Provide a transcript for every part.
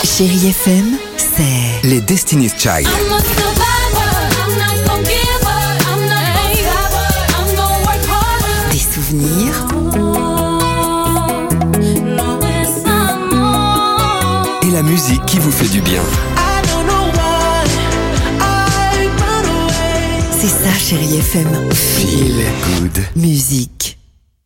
Chérie FM, c'est les Destiny's Child. des souvenirs Et la musique qui vous fait du bien. C'est ça, Chérie FM. Feel good. Musique.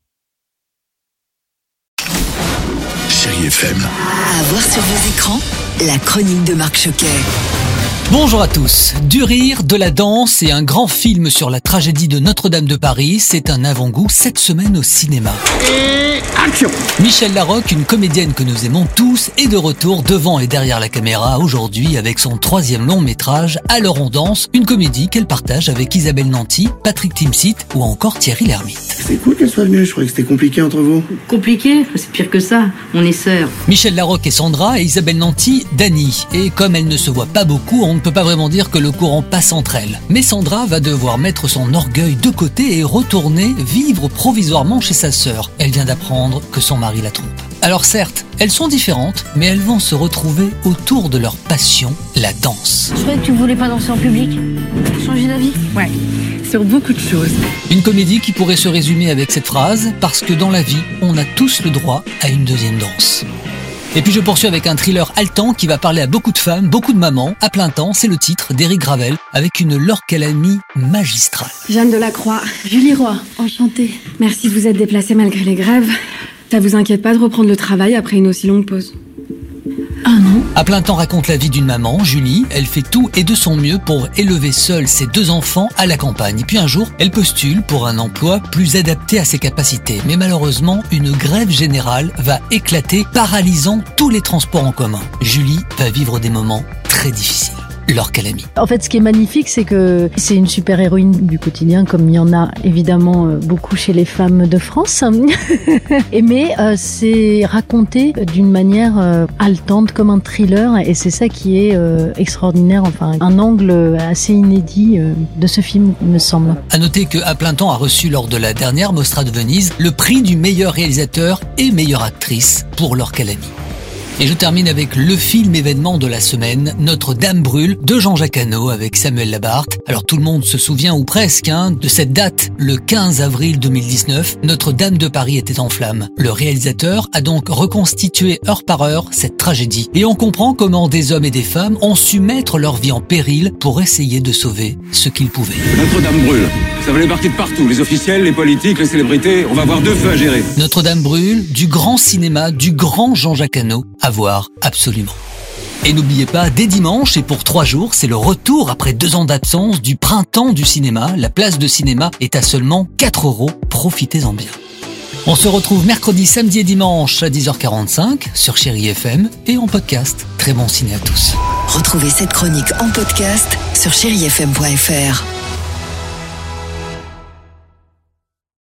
Chérie FM. À voir sur vos écrans, la chronique de Marc Choquet. Bonjour à tous. Du rire, de la danse et un grand film sur la tragédie de Notre-Dame de Paris, c'est un avant-goût cette semaine au cinéma. Action. Michèle Larocque, une comédienne que nous aimons tous, est de retour devant et derrière la caméra aujourd'hui avec son 3e long métrage Alors on danse, une comédie qu'elle partage avec Isabelle Nanty, Patrick Timsit ou encore Thierry Lhermitte. C'est cool qu'elle soit venue, je croyais que c'était compliqué entre vous. Compliqué? C'est pire que ça, on est sœurs. Michèle Larocque est Sandra et Isabelle Nanty, Dany. Et comme elles ne se voient pas beaucoup, on ne peut pas vraiment dire que le courant passe entre elles. Mais Sandra va devoir mettre son orgueil de côté et retourner vivre provisoirement chez sa sœur. Elle vient d'apprendre que son mari la trompe. Alors certes, elles sont différentes, mais elles vont se retrouver autour de leur passion, la danse. Je croyais que tu voulais pas danser en public. Changer d'avis? Ouais, sur beaucoup de choses. Une comédie qui pourrait se résumer avec cette phrase, parce que dans la vie, on a tous le droit à une deuxième danse. Et puis je poursuis avec un thriller haletant qui va parler à beaucoup de femmes, beaucoup de mamans. À plein temps, c'est le titre d'Éric Gravel avec une Laure Calamy magistrale. Jeanne Delacroix, Julie Roy, enchantée. Merci de vous être déplacée malgré les grèves. Ça vous inquiète pas de reprendre le travail après une aussi longue pause? Ah non? À plein temps raconte la vie d'une maman, Julie. Elle fait tout et de son mieux pour élever seule ses 2 enfants à la campagne. Et puis un jour, elle postule pour un emploi plus adapté à ses capacités. Mais malheureusement, une grève générale va éclater, paralysant tous les transports en commun. Julie va vivre des moments très difficiles. Laure Calamy. En fait, ce qui est magnifique, c'est que c'est une super-héroïne du quotidien, comme il y en a évidemment beaucoup chez les femmes de France. Mais c'est raconté d'une manière haletante, comme un thriller, et c'est ça qui est extraordinaire, enfin un angle assez inédit de ce film, me semble. À noter que À plein temps a reçu lors de la dernière Mostra de Venise le prix du meilleur réalisateur et meilleure actrice pour Laure Calamy. Et je termine avec le film événement de la semaine, Notre-Dame brûle, de Jean-Jacques Hano avec Samuel Labarthe. Alors tout le monde se souvient, ou presque, de cette date, le 15 avril 2019, Notre-Dame de Paris était en flammes. Le réalisateur a donc reconstitué heure par heure cette tragédie. Et on comprend comment des hommes et des femmes ont su mettre leur vie en péril pour essayer de sauver ce qu'ils pouvaient. Notre-Dame brûle. Ça valait partie de partout. Les officiels, les politiques, les célébrités. On va avoir 2 feux à gérer. Notre-Dame brûle, du grand cinéma, du grand Jean-Jacques Hano, à voir absolument. Et n'oubliez pas, dès dimanche et pour 3 jours, c'est le retour après 2 ans d'absence du printemps du cinéma. La place de cinéma est à seulement 4 €. Profitez-en bien. On se retrouve mercredi, samedi et dimanche à 10h45 sur Chérie FM et en podcast. Très bon ciné à tous. Retrouvez cette chronique en podcast sur chérifm.fr.